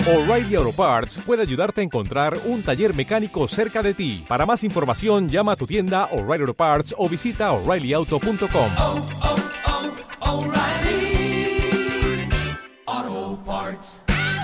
O'Reilly Auto Parts puede ayudarte a encontrar un taller mecánico cerca de ti. Para más información, llama a tu tienda O'Reilly Auto Parts o visita O'ReillyAuto.com. O'Reilly Auto Parts.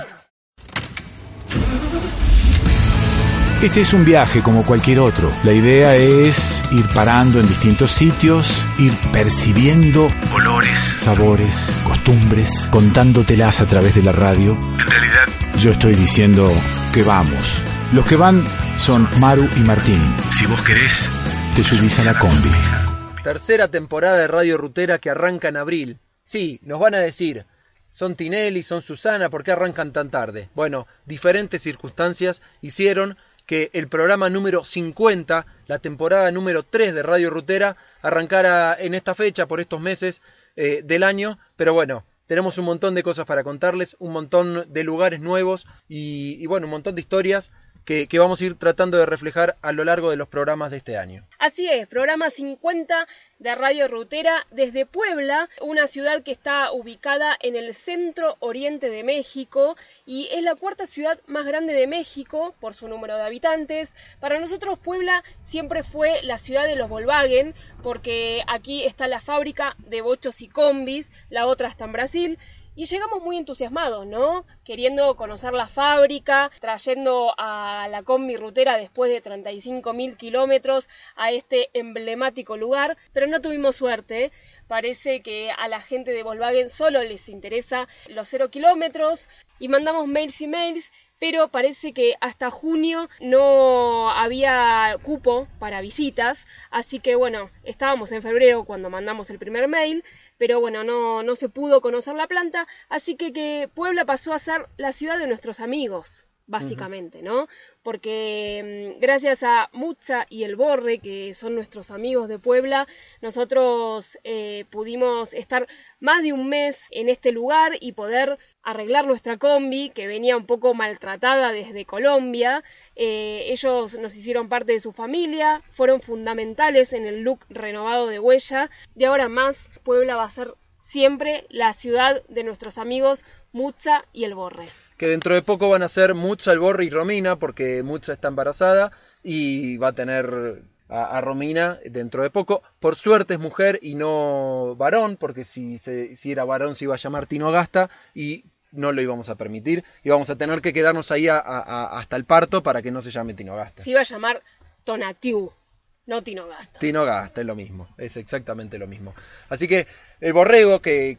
Este es un viaje como cualquier otro. La idea es ir parando en distintos sitios, ir percibiendo olores, sabores, costumbres, contándotelas a través de la radio. En realidad, yo estoy diciendo que vamos. Los que van son Maru y Martín. Si vos querés, te subís a la combi. Tercera temporada de Radio Rutera que arranca en abril. Sí, nos van a decir, son Tinelli, son Susana, ¿por qué arrancan tan tarde? Bueno, diferentes circunstancias hicieron que el programa número 50, la temporada número 3 de Radio Rutera, arrancara en esta fecha, por estos meses del año, pero bueno, tenemos un montón de cosas para contarles, un montón de lugares nuevos y bueno, un montón de historias que vamos a ir tratando de reflejar a lo largo de los programas de este año. Así es, programa 50 de Radio Rutera desde Puebla, una ciudad que está ubicada en el centro oriente de México y es la cuarta ciudad más grande de México por su número de habitantes. Para nosotros Puebla siempre fue la ciudad de los Volkswagen porque aquí está la fábrica de bochos y combis, la otra está en Brasil. Y llegamos muy entusiasmados, ¿no? Queriendo conocer la fábrica, trayendo a la combi rutera después de 35.000 kilómetros a este emblemático lugar, pero no tuvimos suerte. Parece que a la gente de Volkswagen solo les interesa los 0 kilómetros y mandamos mails y mails, pero parece que hasta junio no había cupo para visitas, así que bueno, estábamos en febrero cuando mandamos el primer mail, pero bueno, no se pudo conocer la planta, así que Puebla pasó a ser la ciudad de nuestros amigos, básicamente, ¿no? Porque gracias a Mutza y el Borre, que son nuestros amigos de Puebla, nosotros pudimos estar más de un mes en este lugar y poder arreglar nuestra combi, que venía un poco maltratada desde Colombia. Ellos nos hicieron parte de su familia, fueron fundamentales en el look renovado de Huella. De ahora más, Puebla va a ser siempre la ciudad de nuestros amigos Mutza y el Borre. Que dentro de poco van a ser Mutza, el Borre y Romina, porque Mutza está embarazada y va a tener a Romina dentro de poco. Por suerte es mujer y no varón, porque si era varón se iba a llamar Tinogasta y no lo íbamos a permitir. Y vamos a tener que quedarnos ahí hasta el parto para que no se llame Tinogasta. Se iba a llamar Tonatiu. No Tinogasta. Tinogasta, es lo mismo, es exactamente lo mismo. Así que el borrego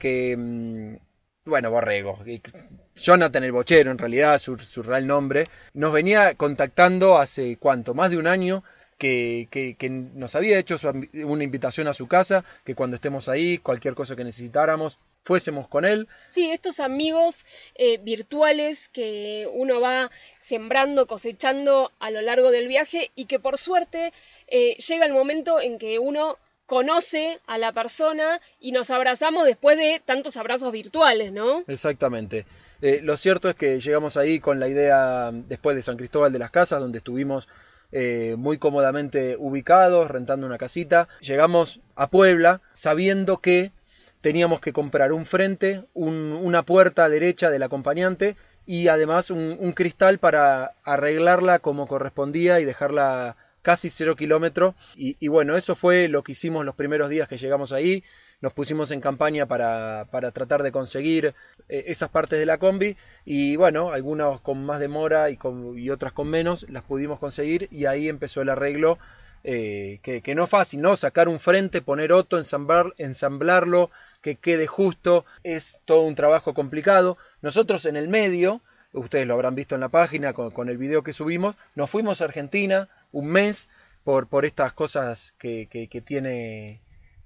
bueno, borrego, Jonathan el Bochero en realidad, su real nombre, nos venía contactando hace ¿cuánto? Más de un año que nos había hecho una invitación a su casa, que cuando estemos ahí, cualquier cosa que necesitáramos, fuésemos con él. Sí, estos amigos virtuales que uno va sembrando, cosechando a lo largo del viaje y que por suerte llega el momento en que uno conoce a la persona y nos abrazamos después de tantos abrazos virtuales, ¿no? Exactamente. Lo cierto es que llegamos ahí con la idea después de San Cristóbal de las Casas, donde estuvimos muy cómodamente ubicados, rentando una casita. Llegamos a Puebla sabiendo que teníamos que comprar un frente, una puerta derecha del acompañante y además un cristal para arreglarla como correspondía y dejarla casi 0 kilómetros. Y bueno, eso fue lo que hicimos los primeros días que llegamos ahí. Nos pusimos en campaña para tratar de conseguir esas partes de la combi y bueno, algunas con más demora y otras con menos, las pudimos conseguir y ahí empezó el arreglo, que no es fácil, ¿no? Sacar un frente, poner otro, ensamblarlo, que quede justo, es todo un trabajo complicado. Nosotros en el medio, ustedes lo habrán visto en la página con el video que subimos, nos fuimos a Argentina un mes por estas cosas que tiene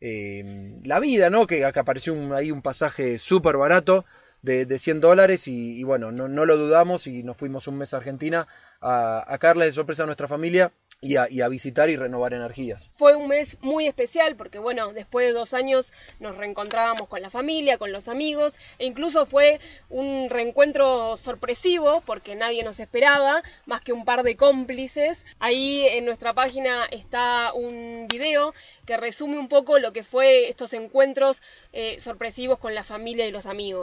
la vida, ¿no? Que apareció ahí un pasaje súper barato de $100 y bueno, no lo dudamos y nos fuimos un mes a Argentina a caerle de sorpresa a nuestra familia y a visitar y renovar energías. Fue un mes muy especial porque bueno, después de 2 años nos reencontrábamos con la familia, con los amigos e incluso fue un reencuentro sorpresivo porque nadie nos esperaba, más que un par de cómplices. Ahí en nuestra página está un video que resume un poco lo que fue estos encuentros sorpresivos con la familia y los amigos.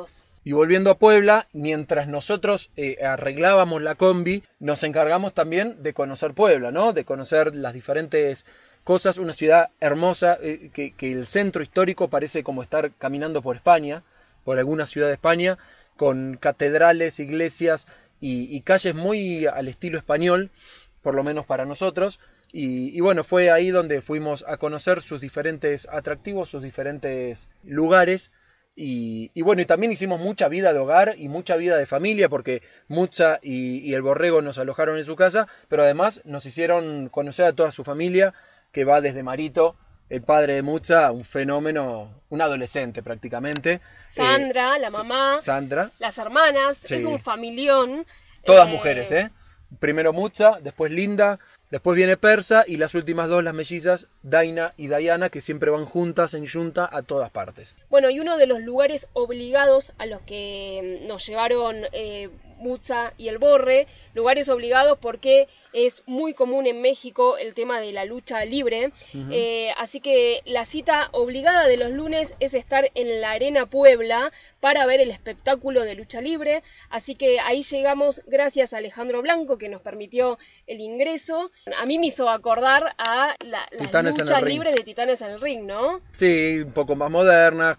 Y volviendo a Puebla, mientras nosotros arreglábamos la combi, nos encargamos también de conocer Puebla, ¿no? De conocer las diferentes cosas, una ciudad hermosa, que el centro histórico parece como estar caminando por España, por alguna ciudad de España, con catedrales, iglesias y calles muy al estilo español, por lo menos para nosotros. Y bueno, fue ahí donde fuimos a conocer sus diferentes atractivos, sus diferentes lugares. Y bueno, y también hicimos mucha vida de hogar y mucha vida de familia, porque Mucha y el Borrego nos alojaron en su casa, pero además nos hicieron conocer a toda su familia, que va desde Marito, el padre de Mucha, un fenómeno, un adolescente prácticamente. Sandra, la mamá, Sandra, las hermanas, sí. Es un familión. Todas mujeres, Primero Mucha, después Linda, después viene Persa y las últimas dos, las mellizas, Daina y Diana, que siempre van juntas en yunta a todas partes. Bueno, y uno de los lugares obligados a los que nos llevaron Mucha y el Borre, lugares obligados porque es muy común en México el tema de la lucha libre, así que la cita obligada de los lunes es estar en la Arena Puebla para ver el espectáculo de lucha libre, así que ahí llegamos gracias a Alejandro Blanco, que nos permitió el ingreso. A mí me hizo acordar a las luchas libres de Titanes en el Ring, ¿no? Sí, un poco más modernas,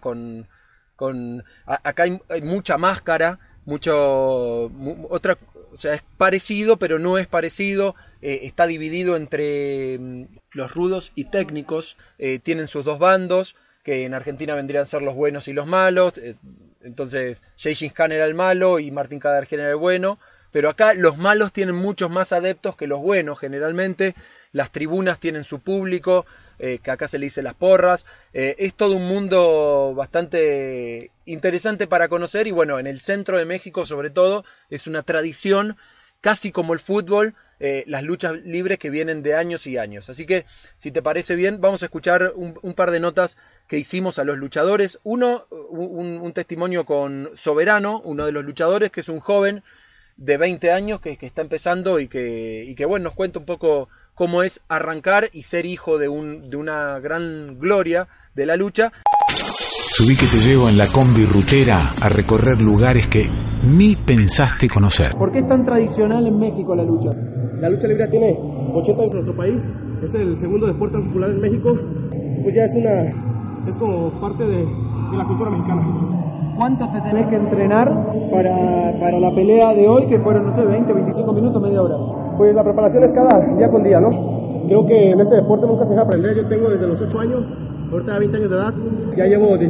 acá hay mucha máscara, o sea, es parecido, pero no es parecido, está dividido entre los rudos y técnicos, tienen sus dos bandos, que en Argentina vendrían a ser los buenos y los malos, entonces Gengis Khan era el malo y Martín Kadergen era el bueno, pero acá los malos tienen muchos más adeptos que los buenos generalmente, las tribunas tienen su público, que acá se le dice las porras, es todo un mundo bastante interesante para conocer y bueno, en el centro de México sobre todo es una tradición, casi como el fútbol, las luchas libres que vienen de años y años. Así que, si te parece bien, vamos a escuchar un par de notas que hicimos a los luchadores. Uno, un testimonio con Soberano, uno de los luchadores, que es un joven de 20 años que está empezando y que bueno, nos cuenta un poco cómo es arrancar y ser hijo de una gran gloria de la lucha. Subí que te llevo en la combi rutera a recorrer lugares que ni pensaste conocer. ¿Por qué es tan tradicional en México la lucha? La lucha libre tiene 80 años en nuestro país, es el segundo deporte más popular en México, pues ya es como parte de la cultura mexicana. ¿Cuánto te tenés que entrenar para la pelea de hoy, que fueron, no sé, 20, 25 minutos, media hora? Pues la preparación es cada día con día, ¿no? Creo que en este deporte nunca se deja aprender. Yo tengo desde los 8 años, ahorita 20 años de edad, ya llevo 12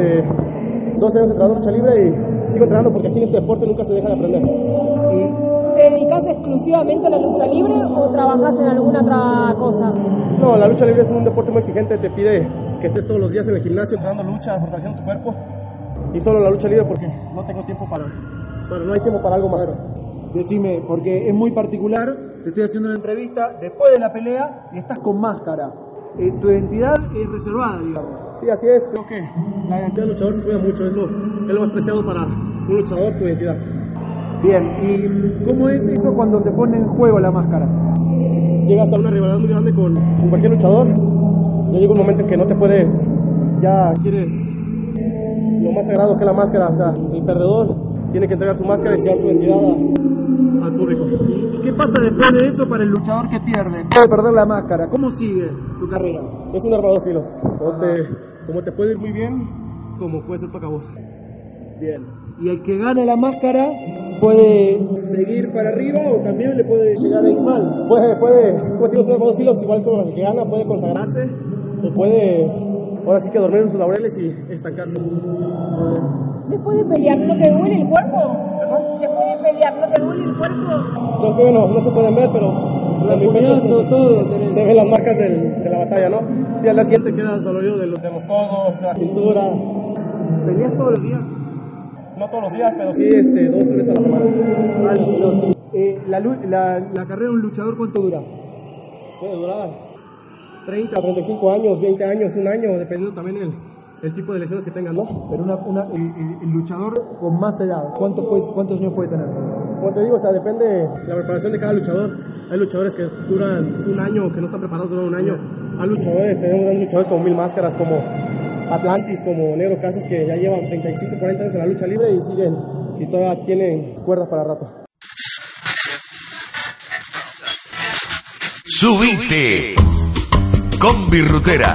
años entrenando lucha libre y sigo entrenando porque aquí en este deporte nunca se deja de aprender. ¿Te dedicas exclusivamente a la lucha libre o trabajas en alguna otra cosa? No, la lucha libre es un deporte muy exigente, te pide que estés todos los días en el gimnasio entrenando lucha, fortaleciendo tu cuerpo. Y solo la lucha libre porque no tengo tiempo no hay tiempo para algo más. Decime, porque es muy particular, te estoy haciendo una entrevista después de la pelea y estás con máscara. Tu identidad es reservada, digamos. Sí, así es. Creo que la identidad del luchador se cuida mucho, es lo más preciado para un luchador, tu identidad. Bien, ¿y cómo es eso cuando se pone en juego la máscara? Llegas a una rivalidad muy grande con cualquier luchador, ya llega un momento en que no te puedes, ya quieres lo más sagrado que es la máscara, o sea, el perdedor tiene que entregar su máscara y enseñar su identidad al público. ¿Y qué pasa después de eso para el luchador que pierde? Puede perder la máscara, ¿cómo sigue su carrera? Es un arma de dos filos, como te puede ir muy bien, como puede ser tu acabose. Bien, y el que gana la máscara puede seguir para arriba o también le puede llegar a ir mal. Puede, como te digo, es un arma de dos filos, igual como el que gana puede consagrarse o puede ahora sí que dormir en sus laureles y estancarse. ¿Después de pelear no te duele el cuerpo? ¿Después de pelear no te duele el cuerpo? Los que no se pueden ver, pero en mi pecho todo se ven las marcas de la batalla, ¿no? Si al día siguiente quedas dolorido de los codos, de la cintura. ¿Peleas todos los días? No todos los días, pero sí 2 veces a la semana. Vale, la carrera de un luchador, ¿cuánto dura? Puede durar 30, 35 años, 20 años, un año, dependiendo también el tipo de lesiones que tengan, ¿no? Pero el luchador con más edad, ¿cuántos años puede tener? Como te digo, o sea, depende de la preparación de cada luchador. Hay luchadores que duran un año, que no están preparados, duran un año. Hay luchadores, tenemos luchadores como Mil Máscaras, como Atlantis, como Negro Casas, que ya llevan 35, 40 años en la lucha libre y siguen y todavía tienen cuerda para rato. Subite. Combi Rutera.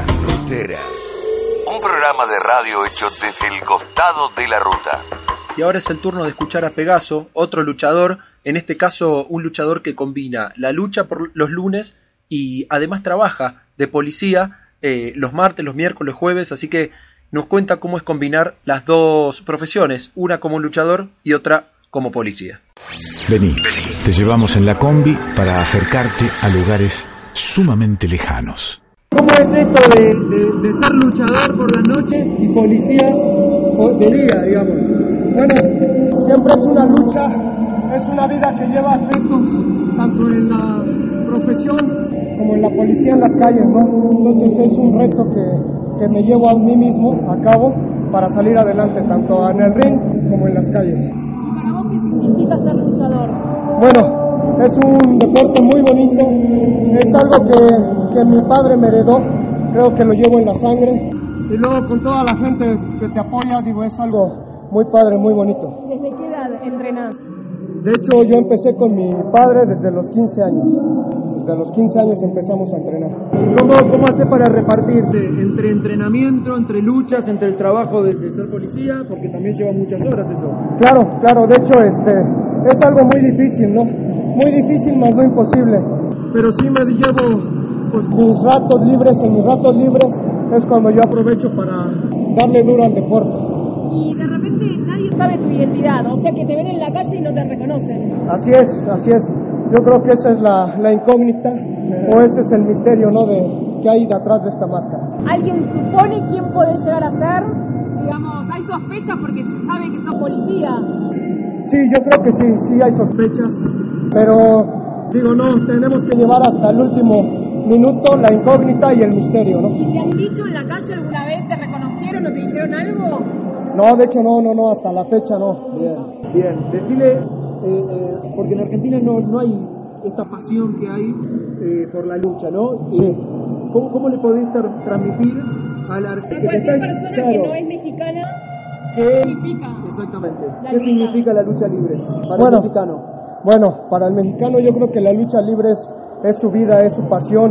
Un programa de radio hecho desde el costado de la ruta. Y ahora es el turno de escuchar a Pegaso, otro luchador, en este caso un luchador que combina la lucha por los lunes y además trabaja de policía los martes, los miércoles, jueves, así que nos cuenta cómo es combinar las dos profesiones, una como luchador y otra como policía. Vení, te llevamos en la combi para acercarte a lugares sumamente lejanos. ¿Cómo es esto de ser luchador por las noches y policía de día, digamos? Bueno, siempre es una lucha, es una vida que lleva retos, tanto en la profesión como en la policía en las calles, ¿no? Entonces es un reto que me llevo a mí mismo a cabo para salir adelante, tanto en el ring como en las calles. ¿Y para vos qué significa ser luchador? Bueno, es un deporte muy bonito, es algo que mi padre me heredó, creo que lo llevo en la sangre, y luego con toda la gente que te apoya, digo, es algo muy padre, muy bonito. ¿Desde qué edad entrenás? De hecho, yo empecé con mi padre desde los 15 años. Desde los 15 años empezamos a entrenar. ¿Y cómo haces para repartirte entre entrenamiento, entre luchas, entre el trabajo de ser policía? Porque también lleva muchas horas eso. Claro, de hecho es algo muy difícil, ¿no? Muy difícil, más no imposible. Pero sí me llevo pues, mis ratos libres, en mis ratos libres es cuando yo aprovecho para darle duro al deporte. Y de repente nadie sabe tu identidad, o sea que te ven en la calle y no te reconocen. Así es. Yo creo que esa es la incógnita, o ese es el misterio, ¿no? Que hay detrás de esta máscara. ¿Alguien supone quién puede llegar a ser? Digamos, hay sospechas porque se sabe que sos policía. Sí, yo creo que sí hay sospechas, pero digo, no, tenemos que llevar hasta el último minuto la incógnita y el misterio, ¿no? ¿Y te han dicho en la calle alguna vez, te reconocieron o te dijeron algo? No, de hecho no, hasta la fecha no. Bien. Decile, porque en Argentina no hay esta pasión que hay por la lucha, ¿no? Sí. ¿Cómo le podés transmitir a la Argentina? A cualquier persona que no es mexicana, ¿qué significa? Exactamente. ¿Qué significa la lucha libre para el mexicano? Bueno, para el mexicano yo creo que la lucha libre es su vida, es su pasión,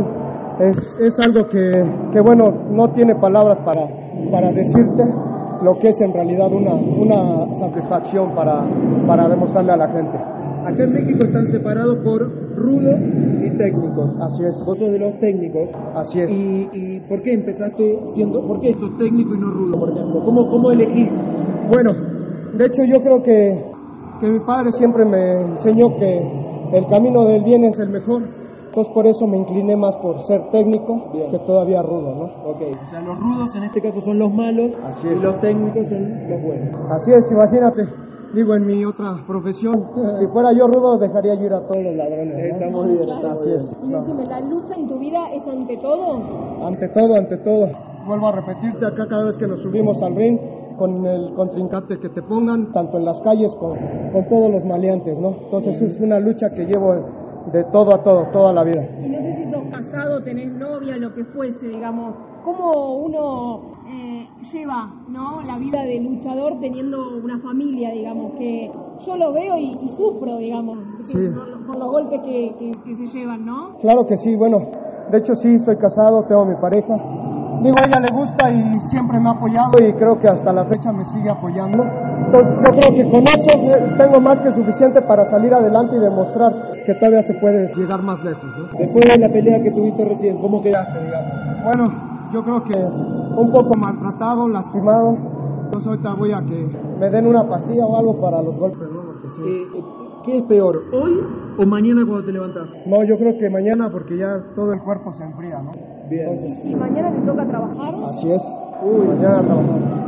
es algo que bueno, no tiene palabras para decirte lo que es en realidad una satisfacción para demostrarle a la gente. Acá en México están separados por rudos y técnicos. Así es. Vos sos de los técnicos. Así es. ¿Y por qué empezaste por qué sos técnico y no rudo, por ejemplo? ¿Cómo elegís? Bueno, de hecho yo creo que mi padre siempre me enseñó que el camino del bien es el mejor. Entonces por eso me incliné más por ser técnico que todavía rudo, ¿no? Ok, o sea, los rudos en este caso son los malos. Así es. Y los técnicos son los buenos. Así es, imagínate. Digo, en mi otra profesión, si fuera yo rudo, dejaría yo ir a todos los ladrones, ¿no? Estamos bien, claro. Así es. Y decime, ¿la lucha en tu vida es ante todo? Ante todo. Vuelvo a repetirte, acá cada vez que nos subimos al ring, con el contrincante que te pongan, tanto en las calles con todos los maleantes, ¿no? Entonces es una lucha que llevo de todo a todo, toda la vida. Y no sé si sos casado, tenés novia, lo que fuese, digamos, ¿cómo uno lleva, ¿no?, la vida de luchador teniendo una familia, digamos, que yo lo veo y sufro, digamos, sí, por los golpes que se llevan, ¿no? Claro que sí, bueno, de hecho sí, soy casado, tengo mi pareja. Digo, a ella le gusta y siempre me ha apoyado y creo que hasta la fecha me sigue apoyando. Entonces yo creo que con eso tengo más que suficiente para salir adelante y demostrar que todavía se puede llegar más lejos, ¿no? Después de la pelea que tuviste recién, ¿cómo quedaste, digamos? Bueno, yo creo que un poco maltratado, lastimado. Entonces ahorita voy a que me den una pastilla o algo para los golpes, ¿no? Porque sí. ¿Qué es peor, hoy o mañana cuando te levantás? No, yo creo que mañana porque ya todo el cuerpo se enfría, ¿no? Bien. Entonces, ¿Y mañana te toca trabajar? Así es. Mañana trabajamos.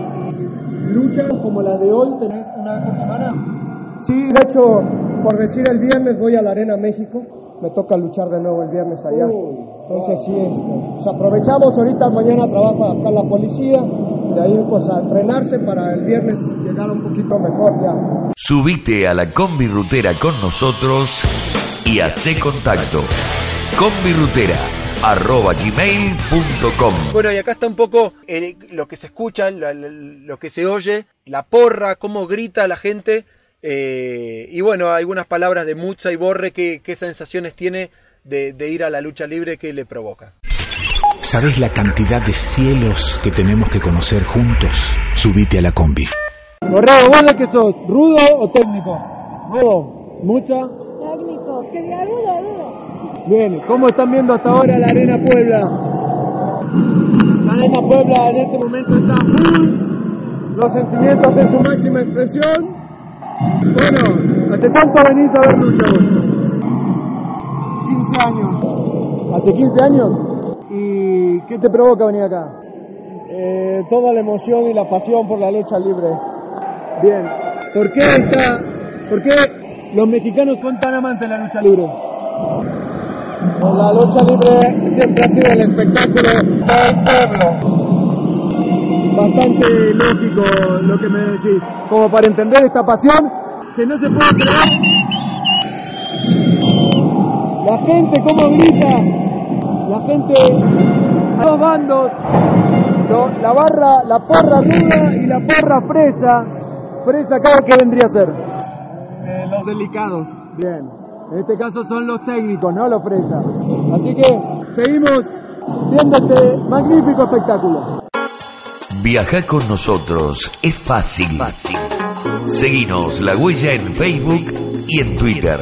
¿Y luchas como las de hoy tenés una vez por semana? Sí, de hecho, por decir el viernes voy a la Arena México. Me toca luchar de nuevo el viernes allá. Entonces sí, pues aprovechamos ahorita, mañana trabaja acá la policía. De ahí pues a entrenarse para el viernes llegar un poquito mejor ya. Subite a la Combi Rutera con nosotros y hacé contacto. Combi Rutera, @gmail.com. Bueno, y acá está un poco lo que se escucha, lo que se oye, la porra, cómo grita la gente, y bueno, algunas palabras de Mucha y Borre, qué sensaciones tiene de ir a la lucha libre, que le provoca. ¿Sabés la cantidad de cielos que tenemos que conocer juntos? Subite a la combi. Borrego, ¿vos de qué sos? ¿Rudo o técnico? Rudo. ¿Mucha? Técnico, que diga rudo. Bien, ¿cómo están viendo hasta ahora la Arena Puebla? La Arena Puebla en este momento está full, los sentimientos en su máxima expresión. Bueno, ¿hace cuánto venís a ver lucha vos? 15 años. ¿Hace 15 años? ¿Y qué te provoca venir acá? Toda la emoción y la pasión por la lucha libre. Bien. ¿Por qué los mexicanos son tan amantes de la lucha libre? La lucha libre siempre ha sido el espectáculo del pueblo. Bastante lógico lo que me decís. Como para entender esta pasión que no se puede creer. La gente cómo grita. La gente a dos bandos. La porra ruda y la porra fresa. Fresa, ¿qué vendría a ser? Los delicados. Bien. En este caso son los técnicos, no los fresas. Así que seguimos viendo este magnífico espectáculo. Viajar con nosotros es fácil. Seguinos La Huella en Facebook y en Twitter,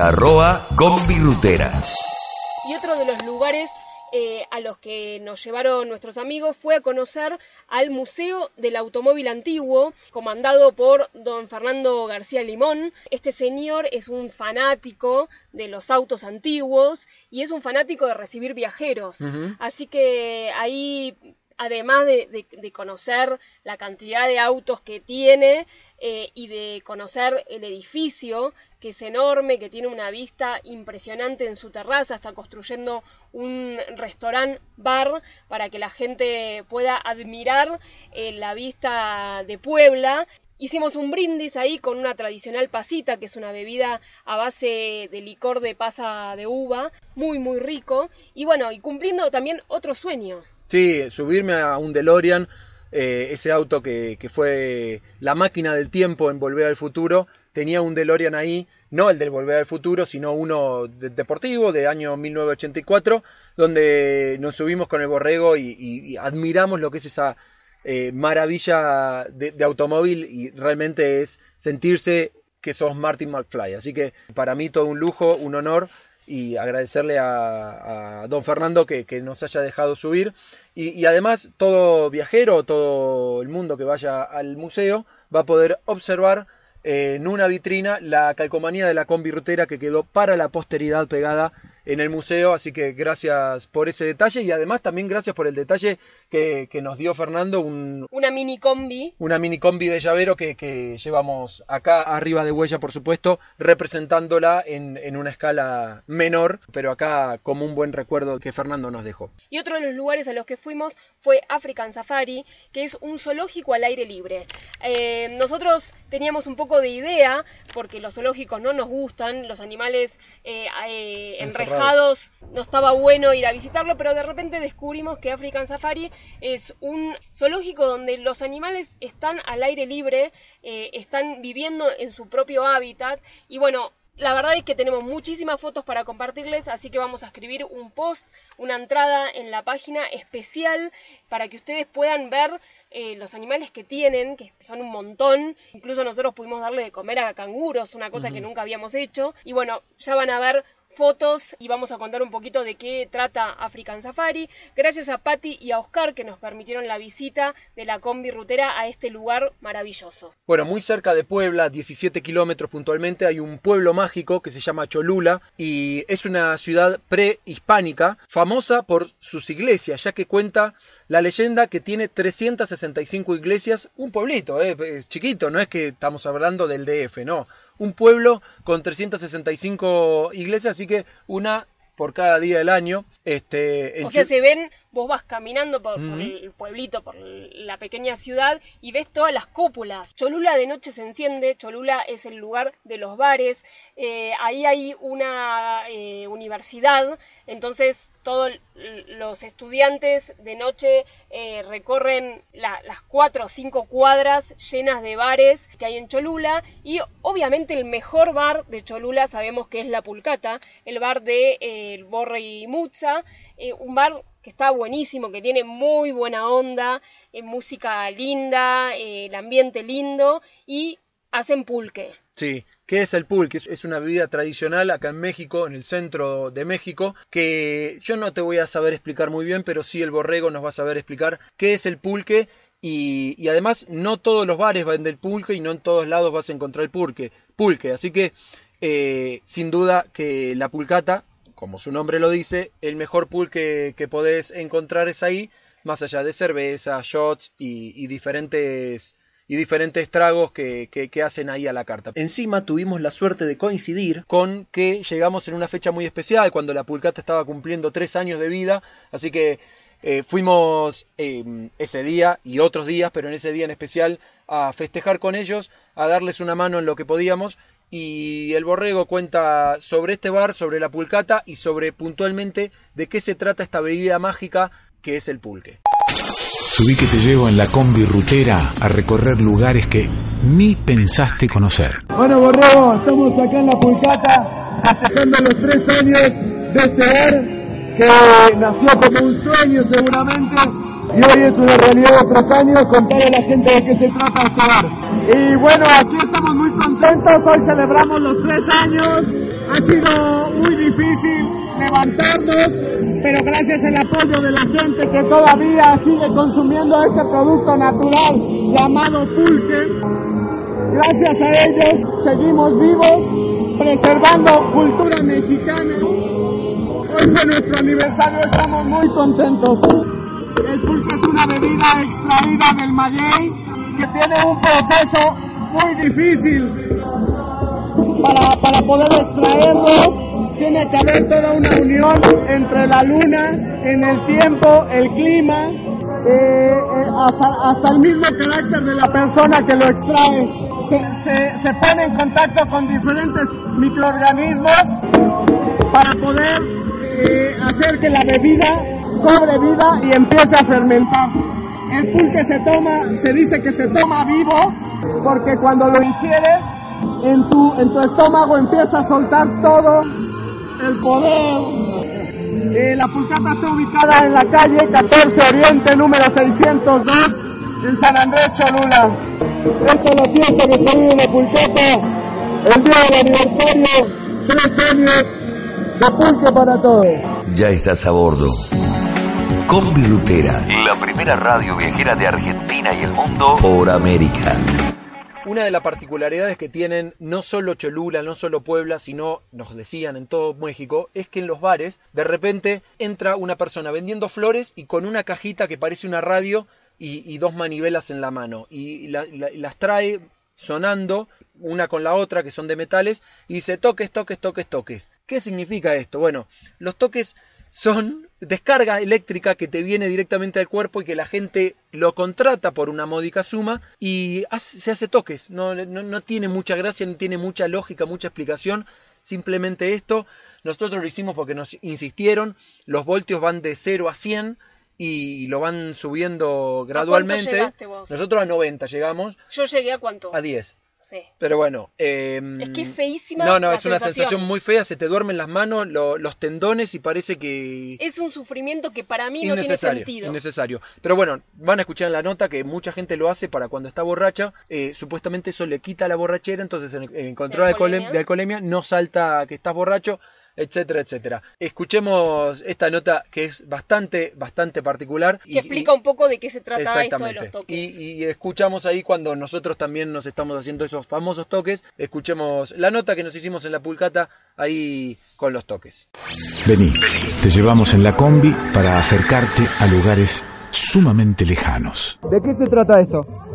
@combirutera. Y otro de los lugares a los que nos llevaron nuestros amigos fue a conocer al Museo del Automóvil Antiguo, comandado por don Fernando García Limón. Este señor es un fanático de los autos antiguos y es un fanático de recibir viajeros. Uh-huh. Así que ahí, además de conocer la cantidad de autos que tiene y de conocer el edificio, que es enorme, que tiene una vista impresionante en su terraza, está construyendo un restaurant bar para que la gente pueda admirar la vista de Puebla. Hicimos un brindis ahí con una tradicional pasita, que es una bebida a base de licor de pasa de uva, muy muy rico, y bueno, y cumpliendo también otro sueño. Sí, subirme a un DeLorean, ese auto que fue la máquina del tiempo en Volver al Futuro, tenía un DeLorean ahí, no el del Volver al Futuro, sino uno deportivo de año 1984, donde nos subimos con el Borrego y admiramos lo que es esa maravilla de automóvil, y realmente es sentirse que sos Martin McFly. Así que para mí todo un lujo, un honor, y agradecerle a don Fernando que nos haya dejado subir, y además todo viajero, todo el mundo que vaya al museo va a poder observar en una vitrina la calcomanía de la combirrutera que quedó para la posteridad pegada en el museo. Así que gracias por ese detalle, y además también gracias por el detalle que nos dio Fernando, una mini combi de llavero que llevamos acá arriba de Huella, por supuesto, representándola en una escala menor, pero acá como un buen recuerdo que Fernando nos dejó. Y otro de los lugares a los que fuimos fue African Safari, que es un zoológico al aire libre. Nosotros teníamos un poco de idea, porque los zoológicos no nos gustan, los animales enrejados, no estaba bueno ir a visitarlo, pero de repente descubrimos que African Safari es un zoológico donde los animales están al aire libre, están viviendo en su propio hábitat, y bueno, la verdad es que tenemos muchísimas fotos para compartirles, así que vamos a escribir un post, una entrada en la página especial para que ustedes puedan ver los animales que tienen, que son un montón. Incluso nosotros pudimos darle de comer a canguros, una cosa que nunca habíamos hecho. Y bueno, ya van a ver fotos y vamos a contar un poquito de qué trata African Safari. Gracias a Patti y a Oscar que nos permitieron la visita de la combi rutera a este lugar maravilloso. Bueno, muy cerca de Puebla, 17 kilómetros puntualmente, hay un pueblo mágico que se llama Cholula, y es una ciudad prehispánica famosa por sus iglesias, ya que cuenta la leyenda que tiene 365 iglesias. Un pueblito, es chiquito, no es que estamos hablando del DF, no. Un pueblo con 365 iglesias, así que una por cada día del año. O sea, se ven, vos vas caminando por el pueblito, por la pequeña ciudad y ves todas las cúpulas. Cholula de noche se enciende, Cholula es el lugar de los bares, ahí hay una universidad, entonces todos los estudiantes de noche recorren las 4 o 5 cuadras llenas de bares que hay en Cholula, y obviamente el mejor bar de Cholula sabemos que es La Pulcata, el bar de el Borre y Mutza, un bar que está buenísimo, que tiene muy buena onda, música linda, el ambiente lindo, y hacen pulque. Sí, ¿qué es el pulque? Es una bebida tradicional acá en México, en el centro de México, que yo no te voy a saber explicar muy bien, pero sí el Borrego nos va a saber explicar qué es el pulque, y además no todos los bares venden pulque y no en todos lados vas a encontrar el pulque, así que sin duda que La Pulcata, como su nombre lo dice, el mejor pulque que podés encontrar es ahí, más allá de cerveza, shots y diferentes tragos que hacen ahí a la carta. Encima tuvimos la suerte de coincidir con que llegamos en una fecha muy especial, cuando La Pulcata estaba cumpliendo 3 años de vida, así que fuimos ese día y otros días, pero en ese día en especial, a festejar con ellos, a darles una mano en lo que podíamos. Y el Borrego cuenta sobre este bar, sobre La Pulcata y sobre puntualmente de qué se trata esta bebida mágica que es el pulque. Subí que te llevo en la combi rutera a recorrer lugares que ni pensaste conocer. Bueno, Borrego, estamos acá en La Pulcata festejando los 3 años de este bar que nació como un sueño seguramente, y hoy es una realidad de 3 años. Contarle a la gente de qué se trata este bar. Y bueno, aquí estamos muy contentos, hoy celebramos los 3 años, ha sido muy difícil levantarnos, pero gracias al apoyo de la gente que todavía sigue consumiendo este producto natural llamado pulque, gracias a ellos seguimos vivos, preservando cultura mexicana. Hoy fue nuestro aniversario, estamos muy contentos. El pulque es una bebida extraída del maguey que tiene un proceso muy difícil para poder extraerlo. Tiene que haber toda una unión entre la luna, en el tiempo, el clima, hasta el mismo carácter de la persona que lo extrae. Se pone en contacto con diferentes microorganismos para poder hacer que la bebida cobre vida y empiece a fermentar. El pulque se dice que se toma vivo, porque cuando lo ingieres en tu estómago empieza a soltar todo el poder. La Pulcata está ubicada en la calle 14 Oriente, número 602, en San Andrés, Cholula. Esta es la fiesta que se vive en La Pulcata, el día del aniversario, 3 años de pulque para todos. Ya estás a bordo. Combi Rutera, la primera radio viajera de Argentina y el mundo por América. Una de las particularidades que tienen no solo Cholula, no solo Puebla, sino, nos decían, en todo México, es que en los bares de repente entra una persona vendiendo flores y con una cajita que parece una radio y 2 manivelas en la mano, y las trae sonando una con la otra, que son de metales, y dice toques, toques, toques, toques. ¿Qué significa esto? Bueno, los toques son descarga eléctrica que te viene directamente al cuerpo y que la gente lo contrata por una módica suma y se hace toques. No tiene mucha gracia, no tiene mucha lógica, mucha explicación. Simplemente esto, nosotros lo hicimos porque nos insistieron. Los voltios van de 0 a 100 y lo van subiendo gradualmente. ¿A cuánto llegaste vos? Nosotros a 90 llegamos. Yo llegué a ¿cuánto? A 10. Sí. Pero bueno, es que es feísima. No, es una sensación muy fea, se te duermen las manos, los tendones y parece que... Es un sufrimiento que para mí no tiene sentido. Innecesario. Pero bueno, van a escuchar en la nota que mucha gente lo hace para cuando está borracha, supuestamente eso le quita la borrachera, entonces en control de alcoholemia no salta que estás borracho, etcétera, etcétera. Escuchemos esta nota que es bastante particular. Que explica un poco de qué se trata esto de los toques. Y escuchamos ahí cuando nosotros también nos estamos haciendo esos famosos toques. Escuchemos la nota que nos hicimos en La Pulcata ahí con los toques. Vení, te llevamos en la combi para acercarte a lugares sumamente lejanos. ¿De qué se trata esto?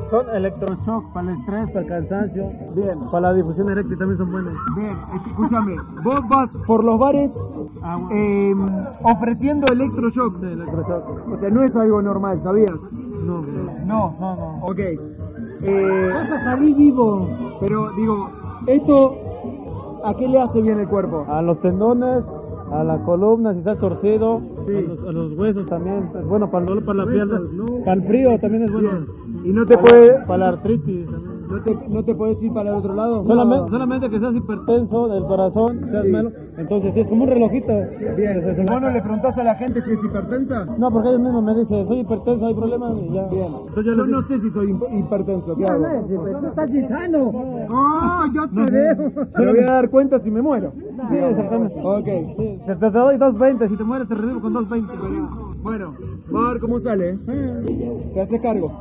Son electroshock para el estrés, para el cansancio. Bien. Para la difusión eréctil también son buenos. Bien, escúchame, vos vas por los bares ofreciendo electroshock. Sí, electroshock. O sea, no es algo normal, ¿sabías? No. No. Ok. Vas a salir vivo. Pero digo, esto, ¿a qué le hace bien el cuerpo? A los tendones, a la columna, si está torcido, Sí. a los huesos también. Es bueno para el dolor, para la pierna. No. Para el frío también es bueno. Bien. Y no te puede... Para la artritis también. ¿No te puedes ir para el otro lado? Solamente que seas hipertenso del corazón, seas Sí. malo. Entonces sí, es como un relojito. Bien. ¿Vos no le preguntás a la gente si es hipertensa? No, porque ellos mismos me dicen, soy hipertenso, hay problemas y ya. Bien. Entonces yo Yo les no digo, sé si soy hipertenso. ¿Qué hago? estás gritando. ¡Oh, yo te dejo! Me voy a dar cuenta si me muero. Sí, exactamente. Ok. Sí, te doy 2.20, si te mueres te revivo con 2.20. Bueno, vamos a ver cómo sale. Te haces cargo.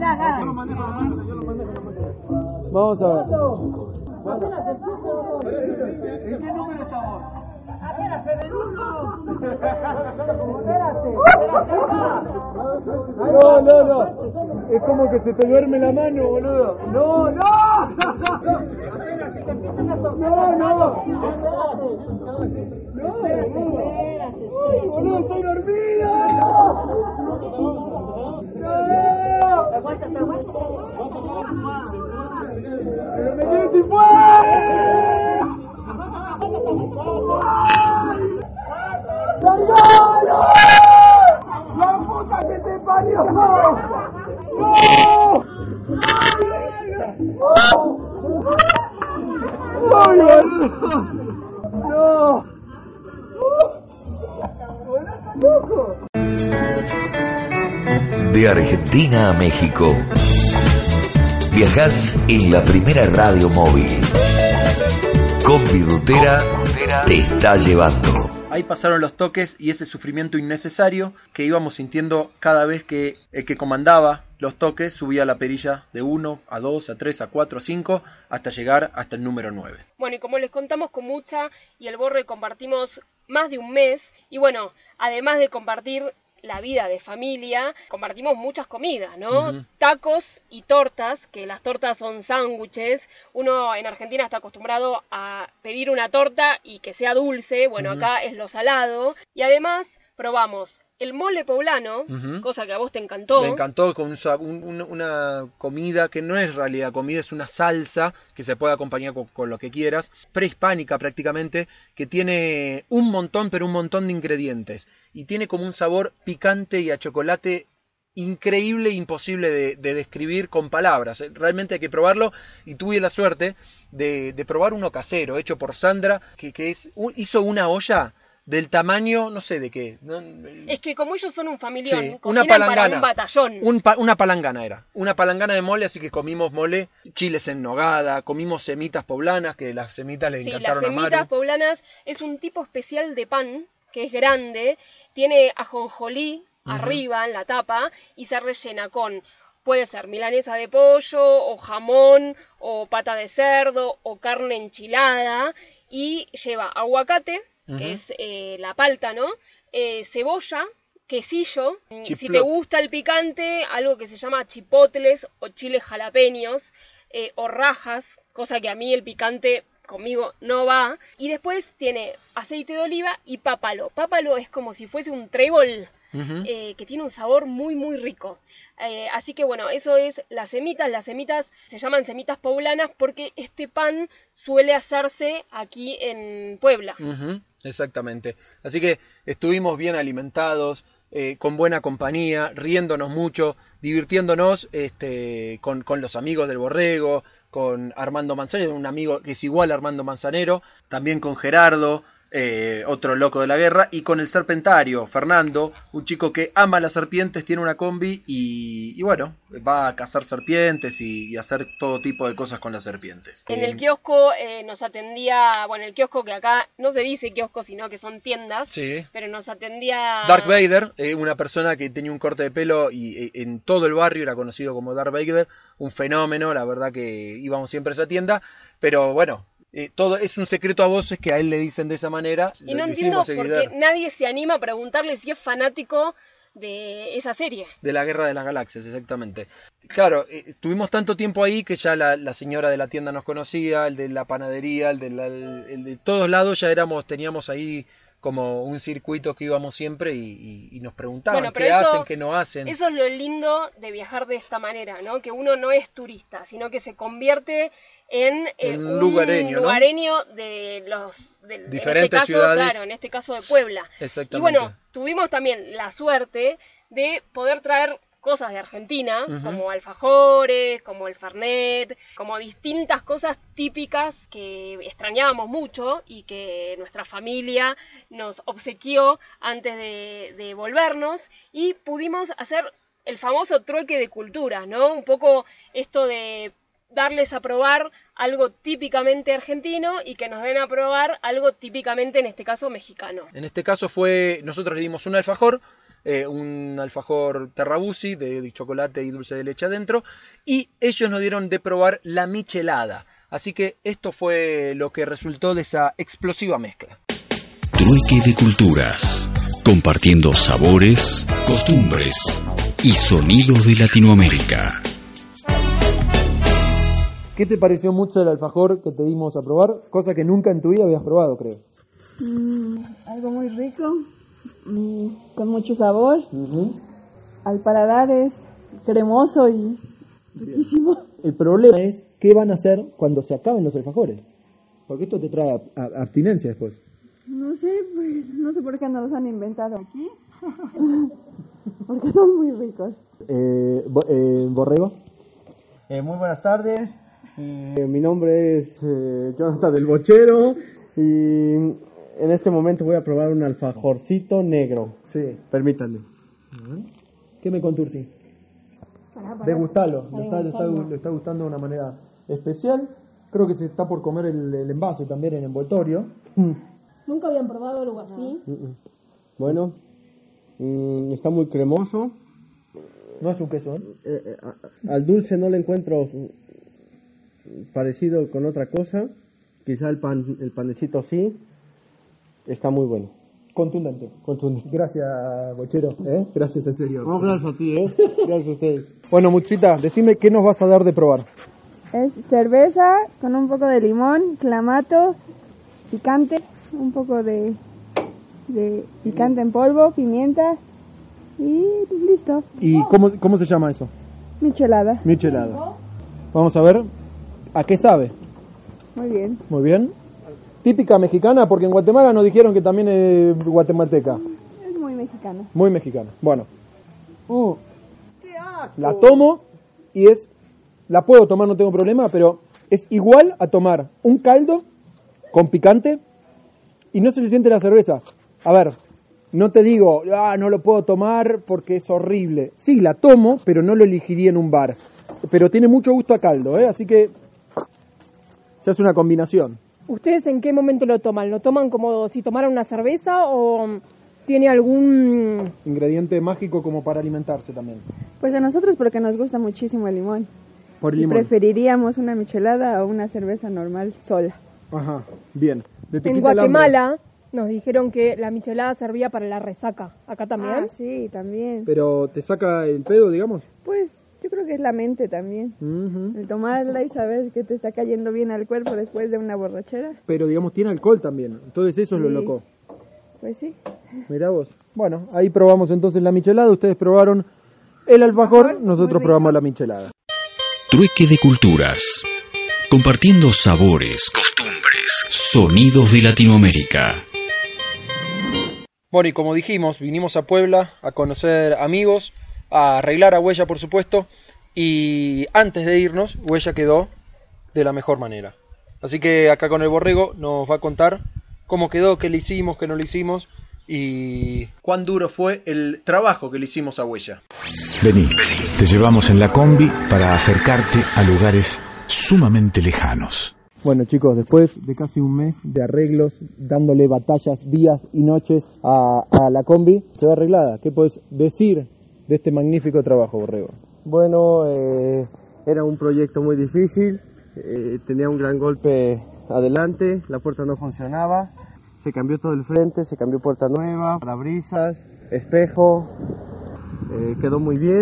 Vamos a ver. ¿En qué número estamos? No. Es como que se te duerme la mano, boludo. No. Boludo, estoy dormido. Pero me quedé sin ¡Largalo! ¡La puta que te parió! ¡No! ¡Ay, boludo! ¡No! ¡Loco! De Argentina a México. Viajás en la primera radio móvil. Combi Rutera te está llevando. Ahí pasaron los toques y ese sufrimiento innecesario que íbamos sintiendo cada vez que el que comandaba los toques subía la perilla de 1 a 2 a 3 a 4 a 5 hasta llegar hasta el número 9. Bueno, y como les contamos, con Mucha y el Borre compartimos más de un mes. Y bueno, además de compartir la vida de familia, compartimos muchas comidas, ¿no? Ujú. Tacos y tortas, que las tortas son sándwiches. Uno en Argentina está acostumbrado a pedir una torta y que sea dulce. Bueno, acá es lo salado. Y además probamos el mole poblano, cosa que a vos te encantó. Me encantó, con una comida que no es en realidad comida, es una salsa que se puede acompañar con lo que quieras, prehispánica prácticamente, que tiene un montón de ingredientes y tiene como un sabor picante y a chocolate increíble e imposible de describir con palabras. Realmente hay que probarlo y tuve la suerte de probar uno casero, hecho por Sandra, que hizo una olla del tamaño, no sé de qué. Es que como ellos son un familión, Sí, cocinan una palangana. para un batallón. Una palangana era. Una palangana de mole, así que comimos mole, chiles en nogada, comimos semitas poblanas, que las semitas le Sí, las encantaron a semitas Maru. poblanas es un tipo especial de pan que es grande, tiene ajonjolí arriba en la tapa y se rellena con, puede ser milanesa de pollo o jamón o pata de cerdo o carne enchilada y lleva aguacate, que es la palta, ¿no? Cebolla, quesillo, si Chiplot. te gusta el picante, algo que se llama chipotles o chiles jalapeños o rajas, cosa que a mí el picante conmigo no va. Y después tiene aceite de oliva y pápalo. Pápalo es como si fuese un trébol. Que tiene un sabor muy muy rico. Así que bueno, eso es las semitas. Las semitas se llaman semitas poblanas porque este pan suele hacerse aquí en Puebla. Exactamente. Así que estuvimos bien alimentados, con buena compañía, riéndonos mucho, divirtiéndonos con los amigos del Borrego, con Armando Manzanero, un amigo que es igual a Armando Manzanero, también con Gerardo, otro loco de la guerra, y con el serpentario, Fernando, un chico que ama las serpientes, tiene una combi y bueno, va a cazar serpientes y hacer todo tipo de cosas con las serpientes. En el kiosco nos atendía, bueno, el kiosco que acá no se dice kiosco, sino que son tiendas, Sí. pero nos atendía... Darth Vader, una persona que tenía un corte de pelo y en todo el barrio era conocido como Darth Vader, un fenómeno, la verdad que íbamos siempre a esa tienda, pero bueno, todo es un secreto a voces que a él le dicen de esa manera. Y no Lo entiendo hicimos por seguidor qué nadie se anima a preguntarle si es fanático de esa serie. de la Guerra de las Galaxias, exactamente. Claro, tuvimos tanto tiempo ahí que ya la señora de la tienda nos conocía, el de la panadería, el de todos lados ya teníamos ahí como un circuito que íbamos siempre y nos preguntaban qué hacen, qué no hacen. Eso es lo lindo de viajar de esta manera, ¿no? Que uno no es turista, sino que se convierte en un lugareño, ¿no? de diferentes ciudades. Claro, en este caso de Puebla. Exactamente. Y bueno, tuvimos también la suerte de poder traer cosas de Argentina, como alfajores, como el fernet, como distintas cosas típicas que extrañábamos mucho y que nuestra familia nos obsequió antes de volvernos, y pudimos hacer el famoso trueque de culturas, ¿no? Un poco esto de darles a probar algo típicamente argentino y que nos den a probar algo típicamente, en este caso, mexicano. En este caso nosotros le dimos un alfajor Terrabusi de chocolate y dulce de leche adentro, y ellos nos dieron de probar la michelada. Así que esto fue lo que resultó de esa explosiva mezcla. Trueque de culturas, compartiendo sabores, costumbres y sonidos de Latinoamérica. ¿Qué te pareció mucho el alfajor que te dimos a probar? Cosa que nunca en tu vida habías probado, creo. Algo muy rico, con mucho sabor. Al paladar es cremoso y riquísimo. El problema es qué van a hacer cuando se acaben los alfajores. Porque esto te trae abstinencia después. No sé, pues no sé por qué no los han inventado aquí. Porque son muy ricos. ¿Borrego? Muy buenas tardes. Mi nombre es Jonathan del Bochero y en este momento voy a probar un alfajorcito negro. Sí. Permítanme. ¿Qué me contursi? Degustalo. Le está gustando de una manera especial. Creo que se está por comer el envase también en envoltorio. Nunca habían probado algo así. Bueno, está muy cremoso. No es un queso, Al dulce no le encuentro parecido con otra cosa. Quizá el panecito sí. Está muy bueno. Contundente. Gracias, Bochero. Gracias, en serio. No, gracias a ti, Gracias a ustedes. Bueno, Muchita, decime qué nos vas a dar de probar. Es cerveza con un poco de limón, clamato, picante, un poco de picante en polvo, pimienta y listo. ¿Y cómo se llama eso? Michelada. Vamos a ver a qué sabe. Muy bien. Muy bien. Típica mexicana, porque en Guatemala nos dijeron que también es guatemalteca. Es muy mexicana. Muy mexicana. Bueno. La tomo y la puedo tomar, no tengo problema, pero es igual a tomar un caldo con picante y no se le siente la cerveza. A ver, no te digo, no lo puedo tomar porque es horrible. Sí, la tomo, pero no lo elegiría en un bar. Pero tiene mucho gusto a caldo, así que se hace una combinación. ¿Ustedes en qué momento lo toman? ¿Lo toman como si tomaran una cerveza o tiene algún ingrediente mágico como para alimentarse también? Pues a nosotros porque nos gusta muchísimo el limón. Por limón. Preferiríamos una michelada o una cerveza normal sola. Ajá, bien. En Guatemala nos dijeron que la michelada servía para la resaca. ¿Acá también? Ah, sí, también. ¿Pero te saca el pedo, digamos? Pues yo creo que es la mente también. El tomarla y saber que te está cayendo bien al cuerpo después de una borrachera. Pero digamos tiene alcohol también, entonces eso es lo loco. Pues sí. Mirá vos. Bueno, ahí probamos entonces la michelada, ustedes probaron el alfajor, nosotros probamos la michelada. Trueque de culturas, compartiendo sabores, costumbres, sonidos de Latinoamérica. Bueno, y como dijimos, vinimos a Puebla a conocer amigos, a arreglar a Huella, por supuesto, y antes de irnos, Huella quedó de la mejor manera. Así que acá con el Borrego nos va a contar cómo quedó, qué le hicimos, qué no le hicimos y cuán duro fue el trabajo que le hicimos a Huella. Vení, te llevamos en la combi para acercarte a lugares sumamente lejanos. Bueno chicos, después de casi un mes de arreglos, dándole batallas días y noches a la combi, quedó arreglada. ¿Qué podés decir de este magnífico trabajo, Borrego? Bueno, era un proyecto muy difícil, tenía un gran golpe adelante, la puerta no funcionaba, se cambió todo el frente, se cambió puerta nueva, parabrisas, espejo, quedó muy bien,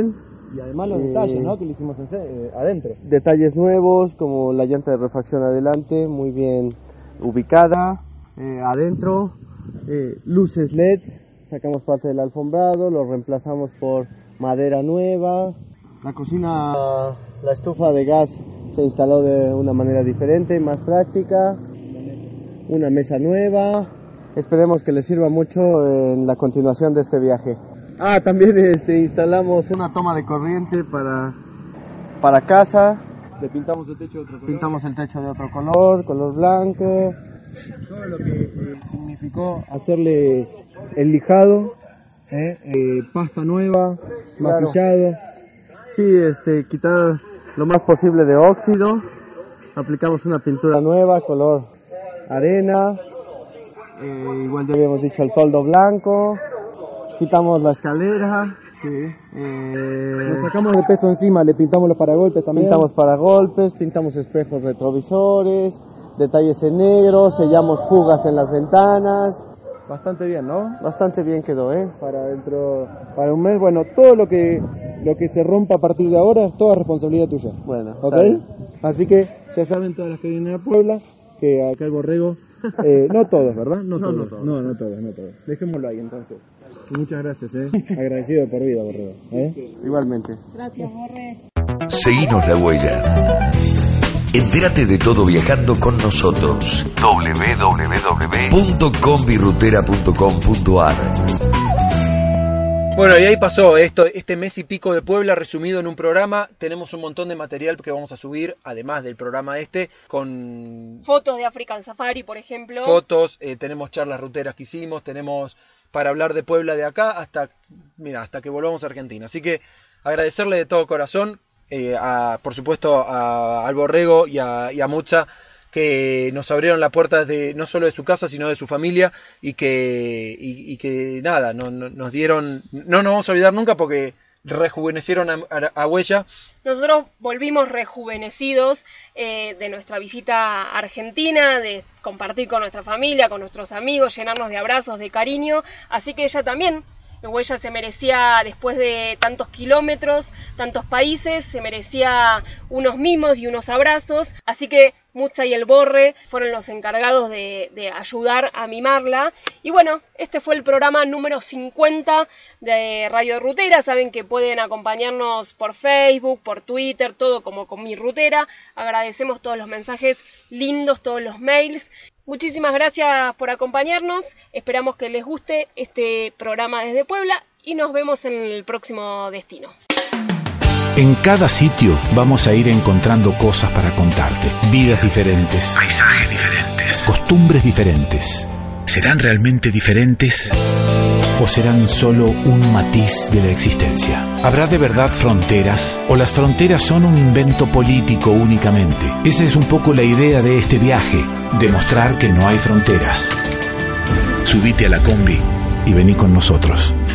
y además los detalles, ¿no? Que le hicimos adentro. Detalles nuevos, como la llanta de refacción adelante, muy bien ubicada, adentro, luces LED, sacamos parte del alfombrado, lo reemplazamos por madera nueva. La cocina, la estufa de gas se instaló de una manera diferente, más práctica, una mesa nueva. Esperemos que les sirva mucho en la continuación de este viaje. También instalamos una toma de corriente para casa. Le pintamos el techo de otro color. Pintamos el techo de otro color blanco. Todo lo que significó hacerle el lijado, pasta nueva, masillado. Sí, quitar lo más posible de óxido. Aplicamos una pintura nueva, color arena. Igual ya habíamos dicho el toldo blanco. Quitamos la escalera. Sí. Nos sacamos de peso encima, le pintamos los paragolpes también. Pintamos paragolpes, pintamos espejos retrovisores, detalles en negro, sellamos fugas en las ventanas. Bastante bien, ¿no? Bastante bien quedó, para un mes. Bueno, todo lo que se rompa a partir de ahora es toda responsabilidad tuya. Bueno, ¿ok? Así que ya saben todas las que vienen a Puebla, que acá el borrego, no todos, ¿verdad? No todos. Dejémoslo ahí entonces. Muchas gracias, agradecido por vida, borrego. Igualmente. Gracias, Borre. Seguinos la huella. Entérate de todo viajando con nosotros. www.combirutera.com.ar. Bueno, y ahí pasó este mes y pico de Puebla resumido en un programa. Tenemos un montón de material que vamos a subir, además del programa con fotos de African Safari, por ejemplo. Fotos, tenemos charlas ruteras que hicimos, tenemos para hablar de Puebla de acá hasta que volvamos a Argentina. Así que agradecerle de todo corazón, por supuesto al Borrego y a Mucha, que nos abrieron las puertas no solo de su casa sino de su familia y que nada, nos dieron, no nos vamos a olvidar nunca porque rejuvenecieron a Huella. Nosotros volvimos rejuvenecidos de nuestra visita a Argentina, de compartir con nuestra familia, con nuestros amigos, llenarnos de abrazos, de cariño, así que ella también. Huella se merecía, después de tantos kilómetros, tantos países, se merecía unos mimos y unos abrazos, así que Mucha y el Borre fueron los encargados de ayudar a mimarla. Y bueno, este fue el programa número 50 de Radio Rutera. Saben que pueden acompañarnos por Facebook, por Twitter, todo como con mi Rutera. Agradecemos todos los mensajes lindos, todos los mails. Muchísimas gracias por acompañarnos, esperamos que les guste este programa desde Puebla y nos vemos en el próximo destino. En cada sitio vamos a ir encontrando cosas para contarte, vidas diferentes, paisajes diferentes, costumbres diferentes. ¿Serán realmente diferentes? ¿O serán solo un matiz de la existencia? ¿Habrá de verdad fronteras? ¿O las fronteras son un invento político únicamente? Esa es un poco la idea de este viaje, demostrar que no hay fronteras. Subite a la combi y vení con nosotros.